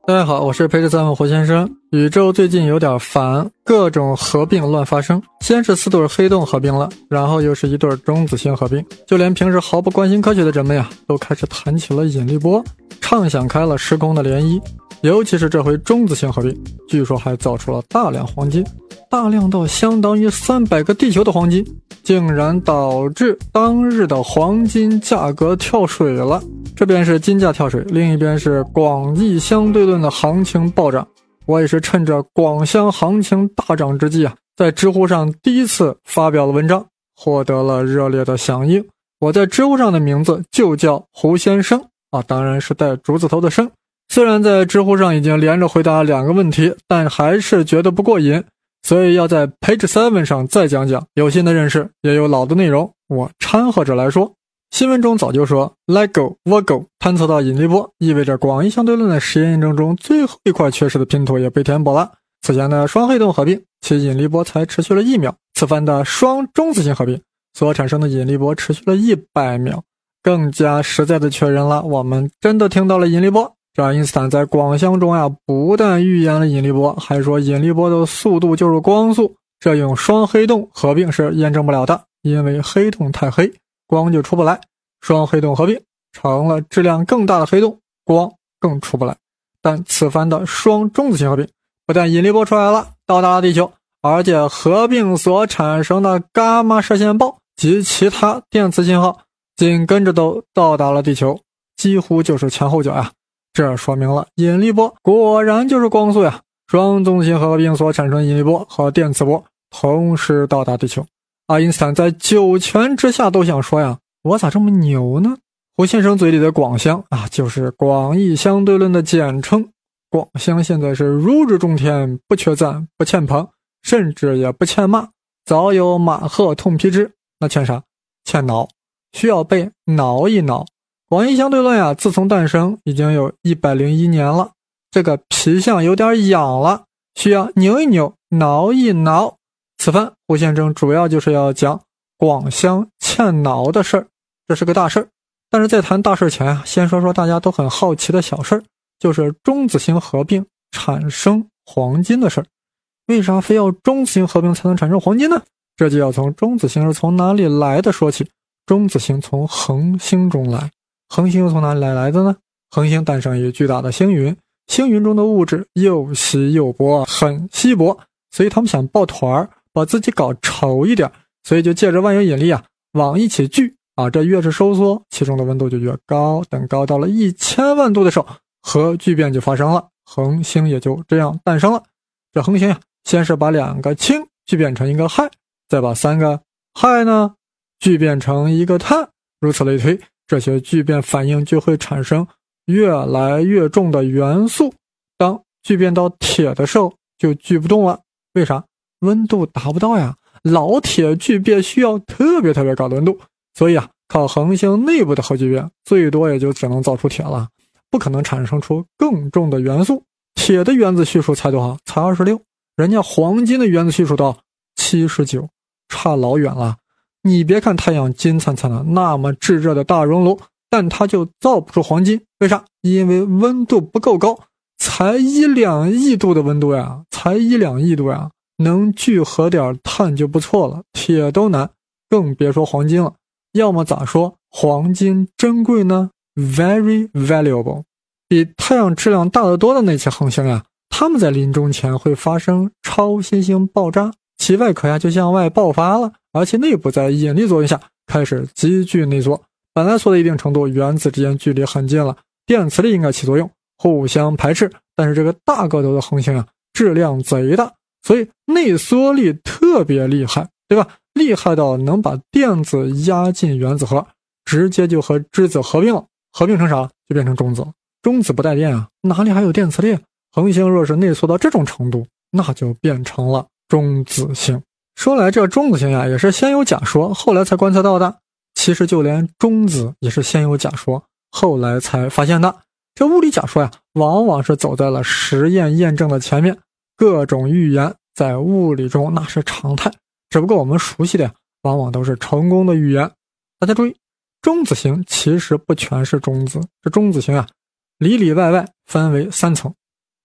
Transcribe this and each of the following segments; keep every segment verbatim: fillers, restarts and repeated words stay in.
大家好，我是陪着三问胡先生。宇宙最近有点烦，各种合并乱发生。先是四对黑洞合并了，然后又是一对中子星合并，就连平时毫不关心科学的人们呀，都开始谈起了引力波，畅想开了时空的涟漪。尤其是这回中子星合并，据说还造出了大量黄金，大量到相当于三百个地球的黄金，竟然导致当日的黄金价格跳水了。这边是金价跳水，另一边是广义相对论的行情暴涨。我也是趁着广相行情大涨之际啊，在知乎上第一次发表了文章，获得了热烈的响应。我在知乎上的名字就叫胡先生啊，当然是带竹字头的生。虽然在知乎上已经连着回答两个问题，但还是觉得不过瘾，所以要在 Page 七 上再讲讲，有新的认识，也有老的内容，我掺和着来说。新闻中早就说 LEGO Virgo 探测到引力波，意味着广义相对论的实验验证中最后一块缺失的拼图也被填补了。此前的双黑洞合并，其引力波才持续了一秒，此番的双中子星合并所产生的引力波持续了一百秒，更加实在的确认了我们真的听到了引力波。这爱因斯坦在广相中呀，不但预言了引力波，还说引力波的速度就是光速，这用双黑洞合并是验证不了的，因为黑洞太黑，光就出不来。双黑洞合并成了质量更大的黑洞，光更出不来。但此番的双中子星合并，不但引力波出来了，到达了地球，而且合并所产生的伽马射线暴及其他电磁信号紧跟着都到达了地球，几乎就是前后脚呀。这说明了引力波果然就是光速呀。双中子星合并所产生的引力波和电磁波同时到达地球。爱因斯坦在九泉之下都想说呀，我咋这么牛呢？胡先生嘴里的广相啊，就是广义相对论的简称。广相现在是如日中天，不缺赞，不欠捧，甚至也不欠骂，早有马赫痛批之。那欠啥？欠挠，需要被挠一挠。广义相对论呀，自从诞生已经有一百零一年了，这个皮相有点痒了，需要扭一扭，挠一挠。此番胡先生主要就是要讲广相欠挠的事儿，这是个大事儿。但是在谈大事前啊，先说说大家都很好奇的小事儿，就是中子星合并产生黄金的事儿。为啥非要中子星合并才能产生黄金呢？这就要从中子星是从哪里来的说起。中子星从恒星中来，恒星又从哪里来的呢？恒星诞生于巨大的星云，星云中的物质又稀又薄，很稀薄，所以他们想抱团儿，把自己搞稠一点，所以就借着万有引力啊往一起聚啊，这越是收缩，其中的温度就越高，等高到了一千万度的时候，核聚变就发生了，恒星也就这样诞生了。这恒星呀，先是把两个氢聚变成一个氦，再把三个氦呢聚变成一个碳，如此类推，这些聚变反应就会产生越来越重的元素。当聚变到铁的时候，就聚不动了。为啥？温度达不到呀，老铁聚变需要特别特别高的温度，所以啊，靠恒星内部的核聚变，最多也就只能造出铁了，不可能产生出更重的元素。铁的原子序数才多少？才二十六，人家黄金的原子序数到七十九，差老远了。你别看太阳金灿灿的，那么炙热的大熔炉，但它就造不出黄金。为啥？因为温度不够高，才一两亿度的温度呀，才一两亿度呀，能聚合点碳就不错了，铁都难，更别说黄金了。要么咋说黄金珍贵呢？ Very valuable。 比太阳质量大得多的那些恒星呀，它们在临终前会发生超新星爆炸，其外壳呀就向外爆发了，而且内部在引力作用下开始急剧内缩，本来缩到一定程度，原子之间距离很近了，电磁力应该起作用，互相排斥，但是这个大个头的恒星啊，质量贼大，所以内缩力特别厉害，对吧？厉害到能把电子压进原子核，直接就和质子合并了，合并成啥？就变成中子了。中子不带电啊，哪里还有电磁力？恒星若是内缩到这种程度，那就变成了中子星。说来这中子星呀，也是先有假说，后来才观测到的。其实就连中子也是先有假说，后来才发现的。这物理假说呀，往往是走在了实验验证的前面，各种预言在物理中那是常态，只不过我们熟悉的呀，往往都是成功的预言。大家注意，中子星其实不全是中子，这中子星啊，里里外外分为三层。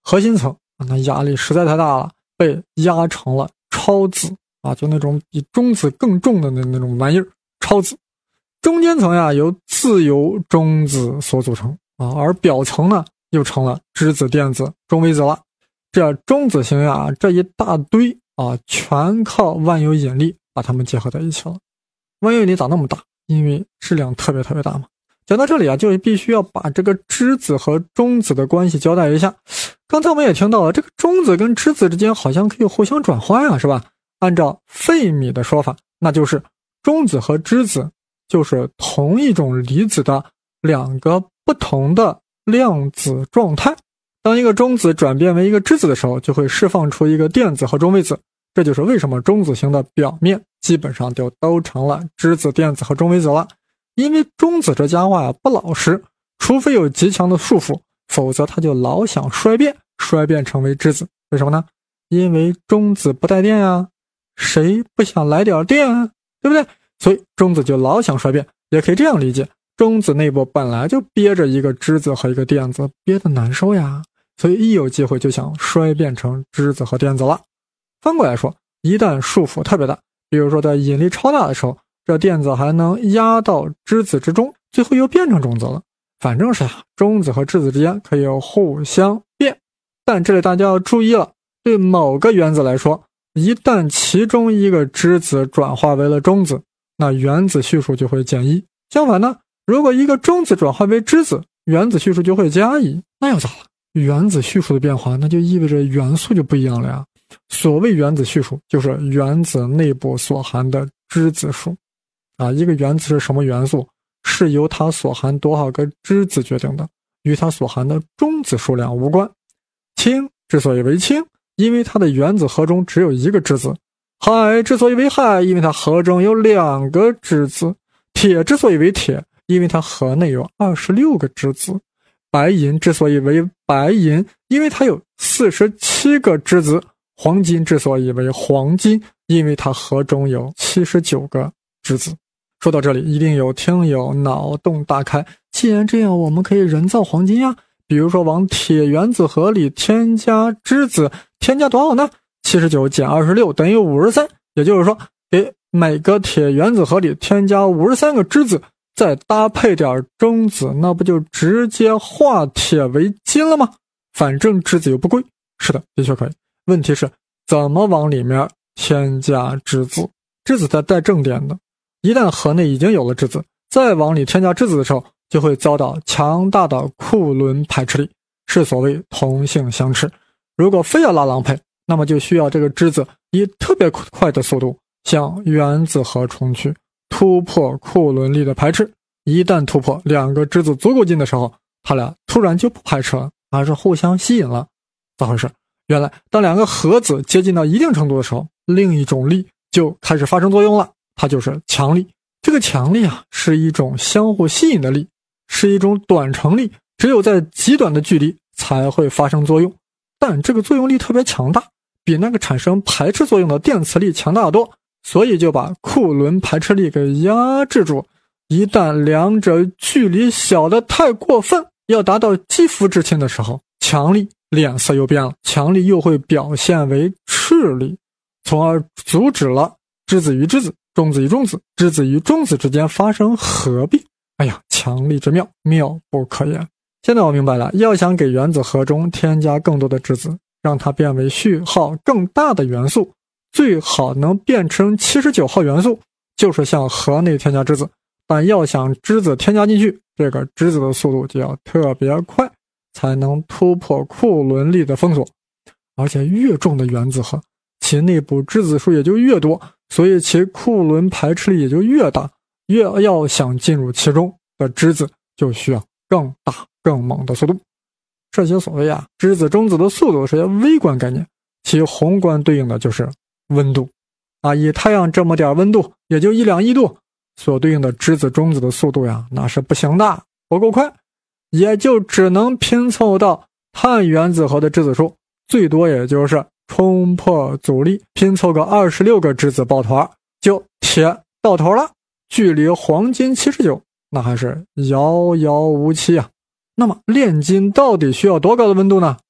核心层那压力实在太大了，被压成了超子啊，就那种比中子更重的那那种玩意儿，超子。中间层呀由自由中子所组成啊，而表层呢又成了质子、电子、中微子了。这中子星呀这一大堆啊，全靠万有引力把它们结合在一起了。万有引力咋那么大？因为质量特别特别大嘛。讲到这里啊，就必须要把这个质子和中子的关系交代一下。刚才我们也听到了，这个中子跟质子之间好像可以互相转换呀，是吧？按照费米的说法，那就是中子和质子就是同一种离子的两个不同的量子状态。当一个中子转变为一个质子的时候，就会释放出一个电子和中微子。这就是为什么中子星的表面基本上就都成了质子、电子和中微子了。因为中子这家伙啊不老实，除非有极强的束缚，否则它就老想衰变，衰变成为质子。为什么呢？因为中子不带电呀，谁不想来点电啊，对不对？所以中子就老想衰变。也可以这样理解，中子内部本来就憋着一个质子和一个电子，憋得难受呀，所以一有机会就想衰变成质子和电子了。反过来说，一旦束缚特别大，比如说在引力超大的时候，这电子还能压到质子之中，最后又变成中子了。反正是啊，中子和质子之间可以互相变。但这里大家要注意了，对某个原子来说，一旦其中一个质子转化为了中子，那原子序数就会减一。相反呢，如果一个中子转化为质子，原子序数就会加一。那又咋了？原子序数的变化，那就意味着元素就不一样了呀。所谓原子序数，就是原子内部所含的质子数啊。一个原子是什么元素，是由它所含多少个质子决定的，与它所含的中子数量无关。氢之所以为氢，因为它的原子核中只有一个质子。氦之所以为氦，因为它核中有两个质子。铁之所以为铁，因为它核内有二十六个质子。白银之所以为白银，因为它有四十七个质子。黄金之所以为黄金，因为它核中有七十九个质子。说到这里，一定有听友脑洞大开，既然这样，我们可以人造黄金呀，比如说往铁原子核里添加质子，添加多少呢？七十九减二十六等于五十三，也就是说给每个铁原子核里添加五十三个质子，再搭配点中子，那不就直接化铁为金了吗？反正质子又不贵。是的，的确可以。问题是怎么往里面添加质子？质子它带正电的，一旦核内已经有了质子，再往里添加质子的时候，就会遭到强大的库仑排斥力，是所谓同性相斥。如果非要拉郎配，那么就需要这个质子以特别快的速度向原子核冲去，突破库仑力的排斥。一旦突破，两个质子足够近的时候，它俩突然就不排斥了，而是互相吸引了。咋回事？原来当两个核子接近到一定程度的时候，另一种力就开始发生作用了，它就是强力。这个强力啊，是一种相互吸引的力，是一种短程力，只有在极短的距离才会发生作用。但这个作用力特别强大，比那个产生排斥作用的电磁力强大得多，所以就把库仑排斥力给压制住。一旦两者距离小的太过分，要达到肌肤之亲的时候，强力脸色又变了，强力又会表现为斥力，从而阻止了质子与质子、中子与中子、质子与中子之间发生合并。哎呀，强力之妙，妙不可言。现在我明白了，要想给原子核中添加更多的质子，让它变为序号更大的元素，最好能变成七十九号元素，就是向核内添加质子。但要想质子添加进去，这个质子的速度就要特别快，才能突破库仑力的封锁。而且越重的原子核，其内部质子数也就越多，所以其库仑排斥力也就越大，越要想进入其中的质子就需要更大更猛的速度。这些所谓啊质子中子的速度是些微观概念，其宏观对应的就是温度啊，以太阳这么点温度也就一两亿度，所对应的质子中子的速度呀，那是不行的，不够快，也就只能拼凑到碳原子核的质子数，最多也就是冲破阻力，拼凑个二十六个质子抱团，就铁到头了。距离黄金七十九，那还是遥遥无期啊。那么炼金到底需要多高的温度呢？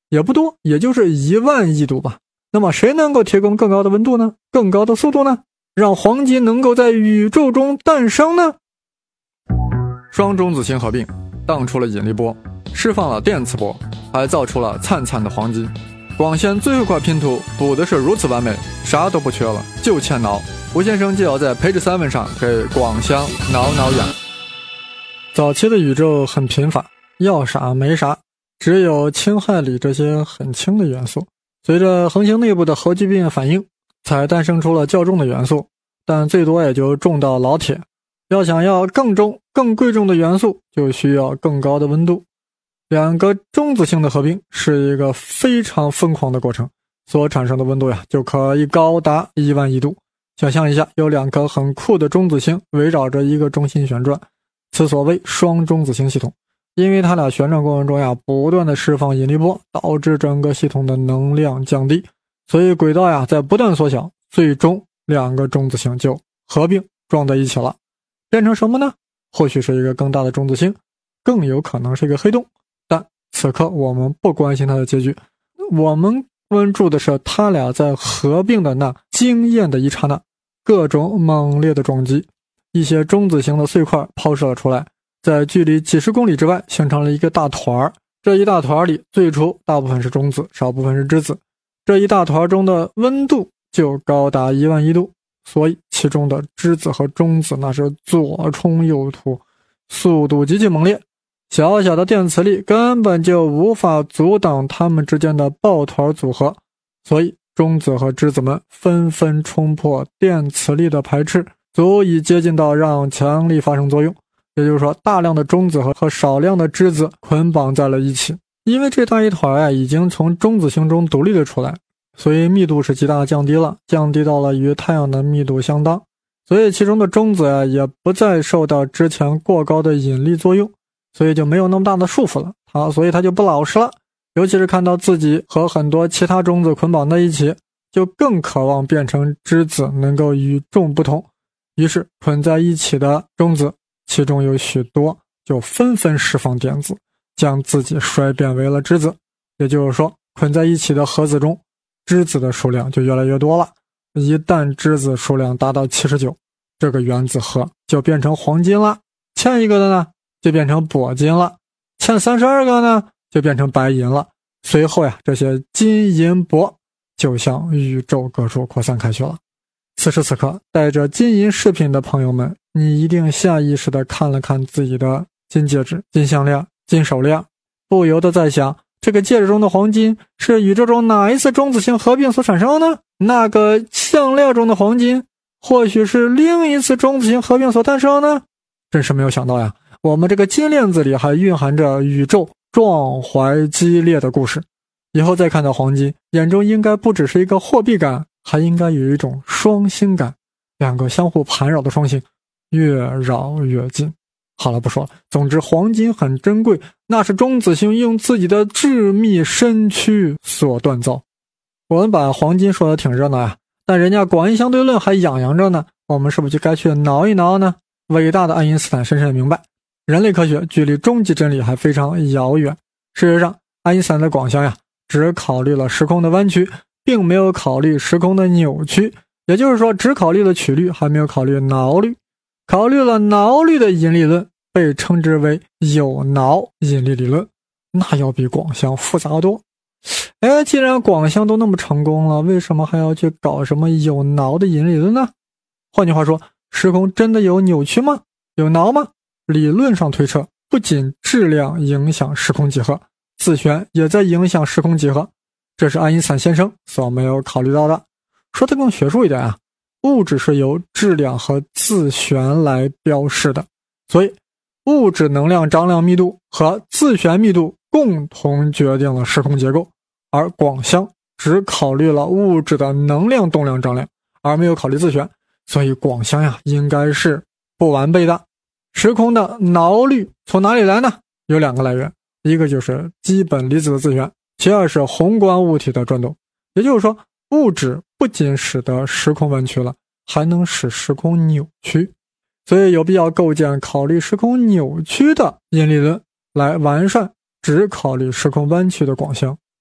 也不多，也就是一万亿度吧。那么谁能够提供更高的温度呢？更高的速度呢？让黄金能够在宇宙中诞生呢？双中子星合并荡出了引力波，释放了电磁波，还造出了灿灿的黄金。广线最后一块拼图补的是如此完美，啥都不缺了，就欠挠。吴先生就要在 Page 三 上给广香挠挠痒。早期的宇宙很贫乏，要啥没啥，只有氢氦锂这些很轻的元素。随着恒星内部的核聚变反应，才诞生出了较重的元素，但最多也就重到老铁。要想要更重更贵重的元素，就需要更高的温度。两个中子星的合并是一个非常疯狂的过程，所产生的温度呀就可以高达一万亿度。想象一下，有两颗很酷的中子星围绕着一个中心旋转，此所谓双中子星系统。因为它俩旋转过程中呀不断的释放引力波，导致整个系统的能量降低，所以轨道呀在不断缩小，最终两个中子星就合并撞在一起了，变成什么呢？或许是一个更大的中子星，更有可能是一个黑洞。但此刻我们不关心它的结局，我们关注的是它俩在合并的那惊艳的一刹那，各种猛烈的撞击，一些中子星的碎块抛射了出来，在距离几十公里之外形成了一个大团。这一大团里最初大部分是中子，少部分是质子，这一大团中的温度就高达一万亿度，所以其中的质子和中子那是左冲右突，速度极其猛烈，小小的电磁力根本就无法阻挡它们之间的抱团组合，所以中子和质子们纷纷冲破电磁力的排斥，足以接近到让强力发生作用。也就是说，大量的中子和和少量的质子捆绑在了一起。因为这大一团啊已经从中子星中独立了出来，所以密度是极大降低了，降低到了与太阳的密度相当，所以其中的中子啊也不再受到之前过高的引力作用，所以就没有那么大的束缚了，好，所以它就不老实了。尤其是看到自己和很多其他中子捆绑在一起，就更渴望变成质子，能够与众不同。于是捆在一起的中子其中有许多就纷纷释放电子，将自己衰变为了质子。也就是说，捆在一起的核子中质子的数量就越来越多了，一旦质子数量达到七十九，这个原子核就变成黄金了，欠一个的呢就变成铂金了，欠三十二个呢就变成白银了。随后呀，这些金银铂就向宇宙各处扩散开去了。此时此刻，带着金银饰品的朋友们，你一定下意识地看了看自己的金戒指、金项链、金手链，不由得在想，这个戒指中的黄金是宇宙中哪一次中子星合并所产生呢？那个项链中的黄金或许是另一次中子星合并所诞生呢？真是没有想到呀，我们这个金链子里还蕴含着宇宙壮怀激烈的故事。以后再看到黄金，眼中应该不只是一个货币感，还应该有一种双星感，两个相互盘绕的双星，越绕越近。好了，不说了，总之黄金很珍贵，那是中子星用自己的致密身躯所锻造。我们把黄金说的挺热闹呀，但人家广义相对论还痒痒着呢，我们是不是就该去挠一挠呢？伟大的爱因斯坦深深明白，人类科学距离终极真理还非常遥远。事实上，爱因斯坦的广项呀，只考虑了时空的弯曲，并没有考虑时空的扭曲，也就是说，只考虑了曲率，还没有考虑挠率。考虑了挠率的引力论被称之为有挠引力理论，那要比广项复杂多。哎，既然广项都那么成功了，为什么还要去搞什么有挠的引力论呢？换句话说，时空真的有扭曲吗？有挠吗？理论上推测，不仅质量影响时空几何，自旋也在影响时空几何，这是爱因斯坦先生所没有考虑到的。说得更学术一点啊，物质是由质量和自旋来标示的，所以物质能量张量密度和自旋密度共同决定了时空结构，而广项只考虑了物质的能量动量张量，而没有考虑自旋，所以广项呀应该是不完备的。时空的挠率从哪里来呢？有两个来源，一个就是基本粒子的自旋，其二是宏观物体的转动。也就是说，物质不仅使得时空弯曲了，还能使时空扭曲，所以有必要构建考虑时空扭曲的引力论，来完善只考虑时空弯曲的广项。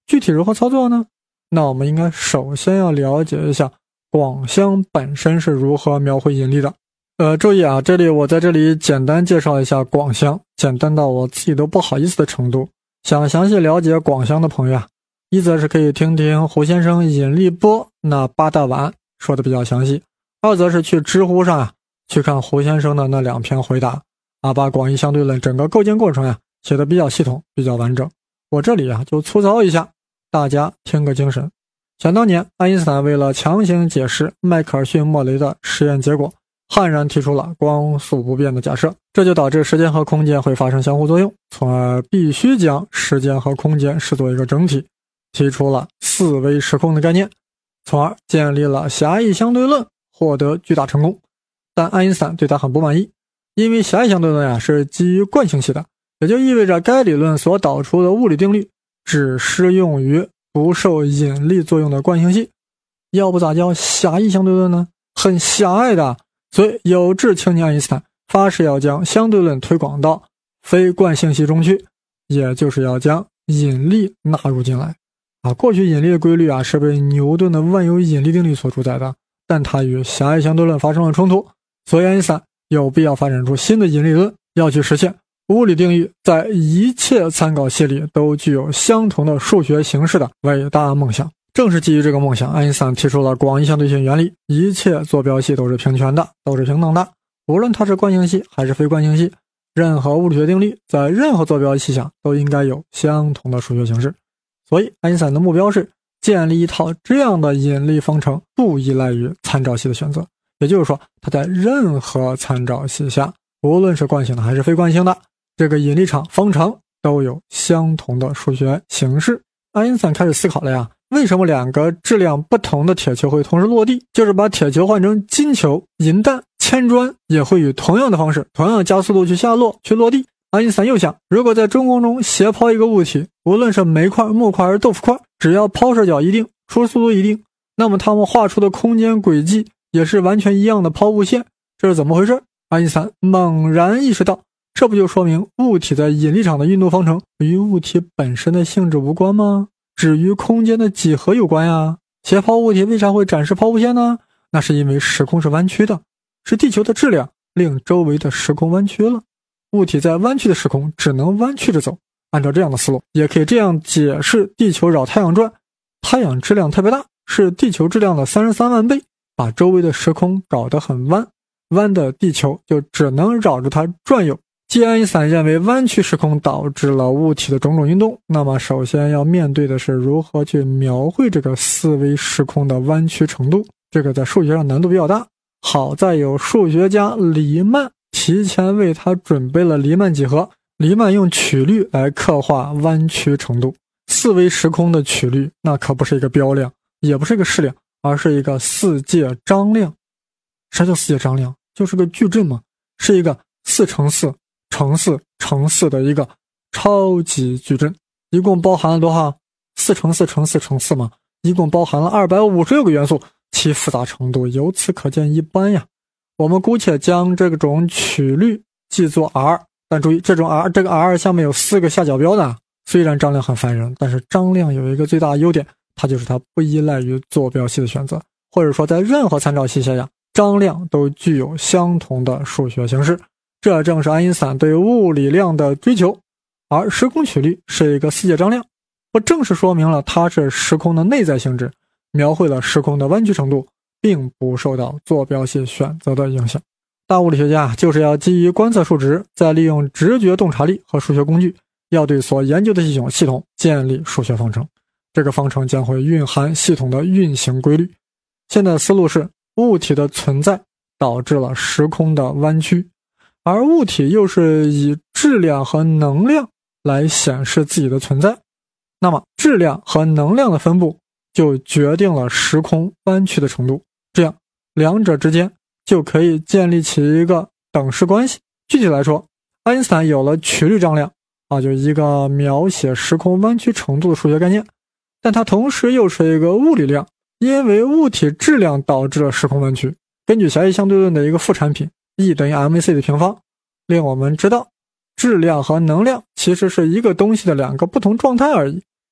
具体如何操作呢？那我们应该首先要了解一下广箱本身是如何描绘引力的。呃，注意啊，这里我在这里简单介绍一下广箱，简单到我自己都不好意思的程度。想详细了解广箱的朋友啊，一则是可以听听胡先生引力波那八大碗说的比较详细，二则是去知乎上啊去看胡先生的那两篇回答啊，把广义相对论整个构建过程啊写的比较系统，比较完整。我这里啊就粗糙一下，大家听个精神。想当年，爱因斯坦为了强行解释迈克尔逊莫雷的实验结果，悍然提出了光速不变的假设，这就导致时间和空间会发生相互作用，从而必须将时间和空间视作一个整体，提出了四维时空的概念，从而建立了狭义相对论，获得巨大成功。但爱因斯坦对他很不满意，因为狭义相对论啊是基于惯性系的，也就意味着该理论所导出的物理定律只适用于不受引力作用的惯性系，要不咋叫狭义相对论呢？很狭隘的。所以有志青年爱因斯坦发誓要将相对论推广到非惯性系中去，也就是要将引力纳入进来啊。过去引力的规律啊是被牛顿的万有引力定律所主宰的，但它与狭义相对论发生了冲突，所以爱因斯坦有必要发展出新的引力论，要去实现物理定律在一切参考系里都具有相同的数学形式的伟大梦想。正是基于这个梦想，爱因斯坦提出了广义相对性原理，一切坐标系都是平权的，都是平等的，无论它是惯性系还是非惯性系，任何物理学定律在任何坐标系下都应该有相同的数学形式。所以爱因斯坦的目标是建立一套这样的引力方程，不依赖于参照系的选择，也就是说它在任何参照系下，无论是惯性的还是非惯性的，这个引力场方程都有相同的数学形式。爱因斯坦开始思考了呀，为什么两个质量不同的铁球会同时落地？就是把铁球换成金球、银弹、铅砖，也会以同样的方式，同样的加速度去下落、去落地。爱因斯坦又想，如果在中空中斜抛一个物体，无论是煤块、木块还是豆腐块，只要抛射角一定，初速度一定，那么它们画出的空间轨迹也是完全一样的抛物线。这是怎么回事？爱因斯坦猛然意识到，这不就说明物体在引力场的运动方程与物体本身的性质无关吗？只与空间的几何有关呀。斜抛物体为啥会展示抛物线呢？那是因为时空是弯曲的，是地球的质量令周围的时空弯曲了，物体在弯曲的时空只能弯曲着走。按照这样的思路，也可以这样解释地球绕太阳转，太阳质量特别大，是地球质量的三十三万倍，把周围的时空搞得很弯，弯的地球就只能绕着它转悠。既然爱因斯坦认为弯曲时空导致了物体的种种运动，那么首先要面对的是如何去描绘这个四维时空的弯曲程度。这个在数学上难度比较大，好在有数学家黎曼提前为他准备了黎曼几何。黎曼用曲率来刻画弯曲程度，四维时空的曲率那可不是一个标量，也不是一个质量，而是一个四界张量。啥叫四界张量？就是个矩阵嘛，是一个四乘四乘四乘四的一个超级矩阵，一共包含了多少？四乘四乘四乘四嘛，一共包含了二百五十六个元素，其复杂程度由此可见一斑呀。我们姑且将这种曲率记作 R， 但注意这种 R 这个 R 下面有四个下角标的，虽然张量很烦人，但是张量有一个最大的优点，它就是它不依赖于坐标系的选择，或者说在任何参照系下呀，张量都具有相同的数学形式。这正是爱因斯坦对物理量的追求，而时空曲率是一个四界张量，不正是说明了它是时空的内在性质，描绘了时空的弯曲程度，并不受到坐标系选择的影响。大物理学家就是要基于观测数值，再利用直觉洞察力和数学工具，要对所研究的系统系统建立数学方程。这个方程将会蕴含系统的运行规律。现在的思路是，物体的存在导致了时空的弯曲，而物体又是以质量和能量来显示自己的存在，那么质量和能量的分布就决定了时空弯曲的程度，这样两者之间就可以建立起一个等式关系。具体来说，爱因斯坦有了曲率张量啊，就一个描写时空弯曲程度的数学概念，但它同时又是一个物理量，因为物体质量导致了时空弯曲。根据狭义相对论的一个副产品 E 等于 mc 的平方，令我们知道质量和能量其实是一个东西的两个不同状态而已。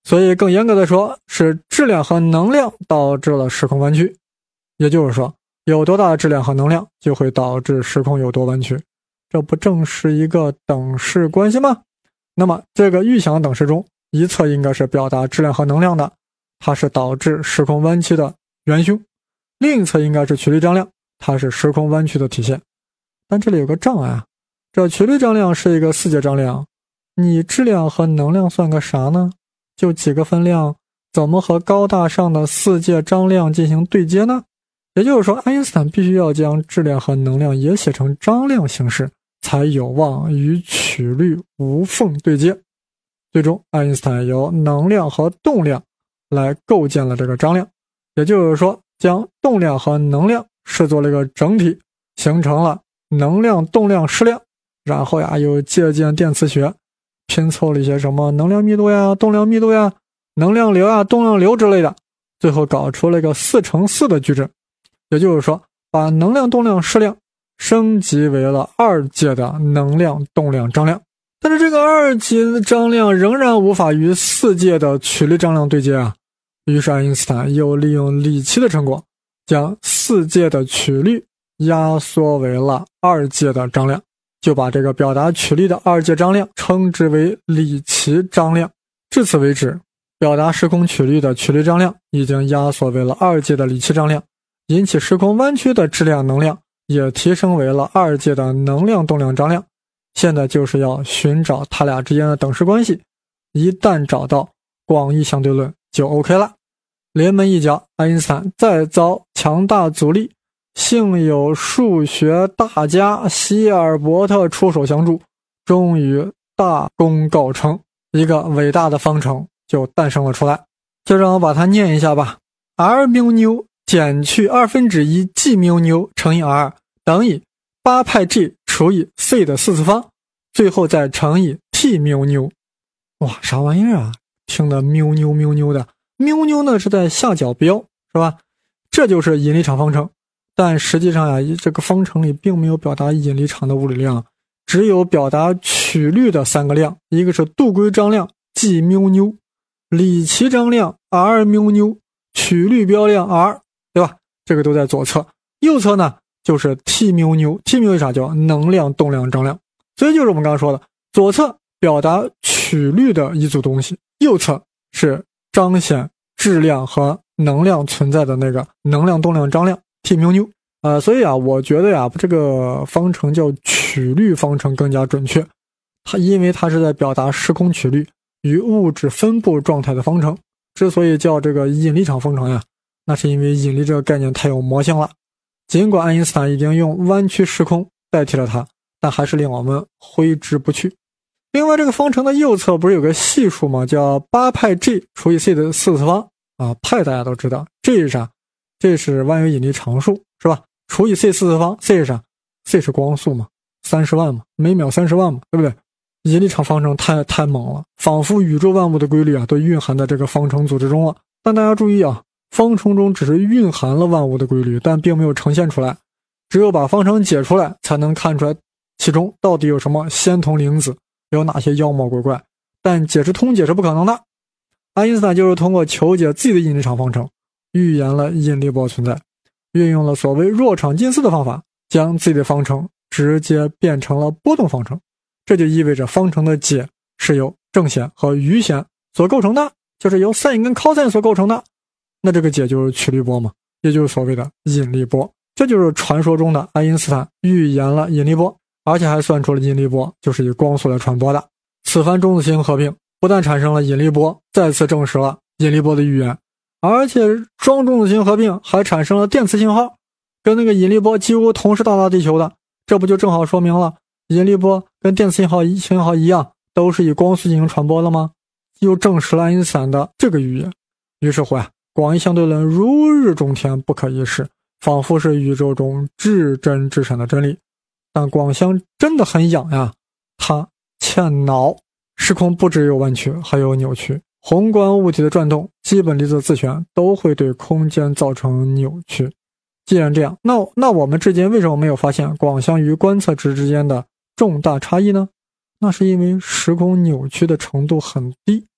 所以更严格的说，是质量和能量导致了时空弯曲。也就是说，有多大的质量和能量，就会导致时空有多弯曲。这不正是一个等式关系吗？那么这个预想等式中，一侧应该是表达质量和能量的，它是导致时空弯曲的元凶；另一侧应该是曲率张量，它是时空弯曲的体现。但这里有个障碍啊，这曲率张量是一个四阶张量，你质量和能量算个啥呢？就几个分量，怎么和高大上的四阶张量进行对接呢？也就是说，爱因斯坦必须要将质量和能量也写成张量形式，才有望与曲率无缝对接。最终，爱因斯坦由能量和动量来构建了这个张量，也就是说，将动量和能量视作了一个整体，形成了能量动量矢量。然后呀，又借鉴电磁学，拼凑了一些什么能量密度呀、动量密度呀、能量流呀、动量流之类的，最后搞出了一个四乘四的矩阵。也就是说，把能量动量矢量升级为了二阶的能量动量张量。但是这个二阶张量仍然无法与四阶的曲率张量对接啊。于是爱因斯坦又利用里奇的成果，将四阶的曲率压缩为了二阶的张量，就把这个表达曲率的二阶张量称之为里奇张量。至此为止，表达时空曲率的曲率张量已经压缩为了二阶的里奇张量，引起时空弯曲的质量能量也提升为了二阶的能量动量张量。现在就是要寻找它俩之间的等式关系，一旦找到，广义相对论就 OK 了。临门一脚，爱因斯坦再遭强大阻力，幸有数学大家希尔伯特出手相助，终于大功告成，一个伟大的方程就诞生了出来。就让我把它念一下吧。 r 缪纽减去二分之一 g 缪纽乘以 r 等于八派 g 除以 c 的四次方，最后再乘以 t 缪纽。哇，啥玩意儿啊，听得缪纽缪纽的。缪纽呢是在下角标，是吧？这就是引力场方程。但实际上呀，这个方程里并没有表达引力场的物理量，只有表达曲率的三个量，一个是度规张量 g 缪纽，里奇张量 r 缪纽，曲率标量 r， 对吧？这个都在左侧。右侧呢就是 t 缪纽， t 缪是啥？叫能量动量张量。所以就是我们刚刚说的，左侧表达曲率的一组东西，右侧是彰显质量和能量存在的那个能量动量张量 t 缪纽。呃，所以啊，我觉得呀，这个方程叫曲率方程更加准确。它因为它是在表达时空曲率与物质分布状态的方程。之所以叫这个引力场方程呀，那是因为引力这个概念太有魔性了。尽管爱因斯坦已经用弯曲时空代替了它，但还是令我们挥之不去。另外，这个方程的右侧不是有个系数吗？叫八派 g 除以 c 的四次方啊，派大家都知道， g 是啥？这是万有引力常数，是吧？除以 c 四次方 ，c 是啥？ c 是光速嘛，三十万嘛，每秒三十万嘛，对不对？引力场方程太太猛了，仿佛宇宙万物的规律啊都蕴含在这个方程组织中了。但大家注意啊，方程中只是蕴含了万物的规律，但并没有呈现出来。只有把方程解出来，才能看出来其中到底有什么仙童灵子，有哪些妖魔鬼怪。但解释通解是不可能的。爱因斯坦就是通过求解自己的引力场方程，预言了引力波存在，运用了所谓弱场近似的方法，将自己的方程直接变成了波动方程。这就意味着方程的解是由正弦和余弦所构成的，就是由 sin 跟 cos 所构成的。那这个解就是曲率波嘛，也就是所谓的引力波。这就是传说中的爱因斯坦预言了引力波，而且还算出了引力波就是以光速来传播的。此番中子星合并不但产生了引力波，再次证实了引力波的预言，而且双中子星合并还产生了电磁信号，跟那个引力波几乎同时到达地球的。这不就正好说明了引力波跟电磁信号信号一样，都是以光速进行传播的吗？又证实了爱因斯坦的这个预言。于是乎呀，广义相对论如日中天，不可一世，仿佛是宇宙中至真至善的真理。但广相真的很痒呀，它欠脑。时空不只有弯曲，还有扭曲。宏观物体的转动、基本粒子自旋都会对空间造成扭曲。既然这样，那那我们至今为什么没有发现广相与观测值之间的重大差异呢？那是因为时空扭曲的程度很低，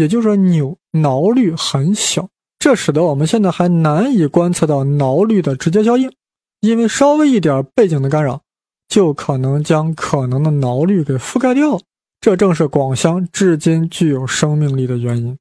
也就是说扭挠率很小，这使得我们现在还难以观测到挠率的直接效应，因为稍微一点背景的干扰就可能将可能的挠率给覆盖掉，这正是广相至今具有生命力的原因。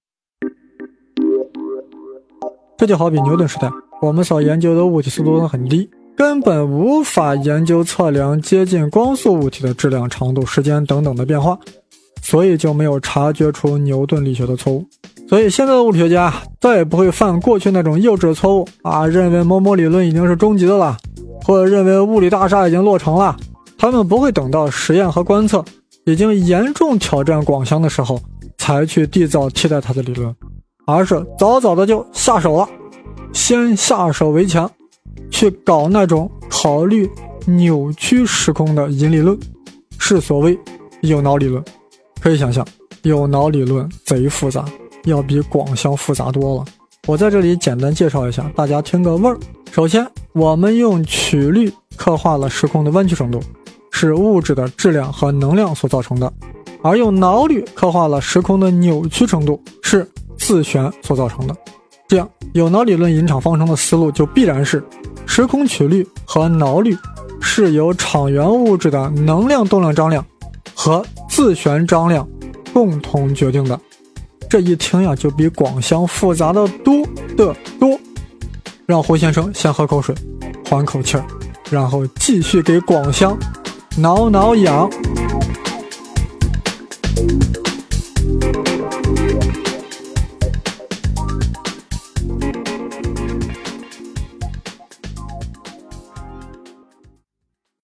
这就好比牛顿时代，我们所研究的物体速度很低，根本无法研究测量接近光速物体的质量、长度、时间等等的变化，所以就没有察觉出牛顿力学的错误。所以现在的物理学家再也不会犯过去那种幼稚的错误啊，认为某某理论已经是终极的了，或者认为物理大厦已经落成了。他们不会等到实验和观测已经严重挑战广相的时候才去缔造替代它的理论，而是早早的就下手了，先下手为强，去搞那种考虑扭曲时空的引理论，是所谓有脑理论。可以想象，有脑理论贼复杂，要比广相复杂多了。我在这里简单介绍一下，大家听个味儿。首先，我们用曲率刻画了时空的弯曲程度，是物质的质量和能量所造成的；而用脑率刻画了时空的扭曲程度，是自旋所造成的。这样，有脑理论引场方程的思路就必然是时空曲率和脑率是由场源物质的能量动量张量和自旋张量共同决定的。这一听呀，就比广相复杂的多得多。让胡先生先喝口水，缓口气儿，然后继续给广相挠挠痒。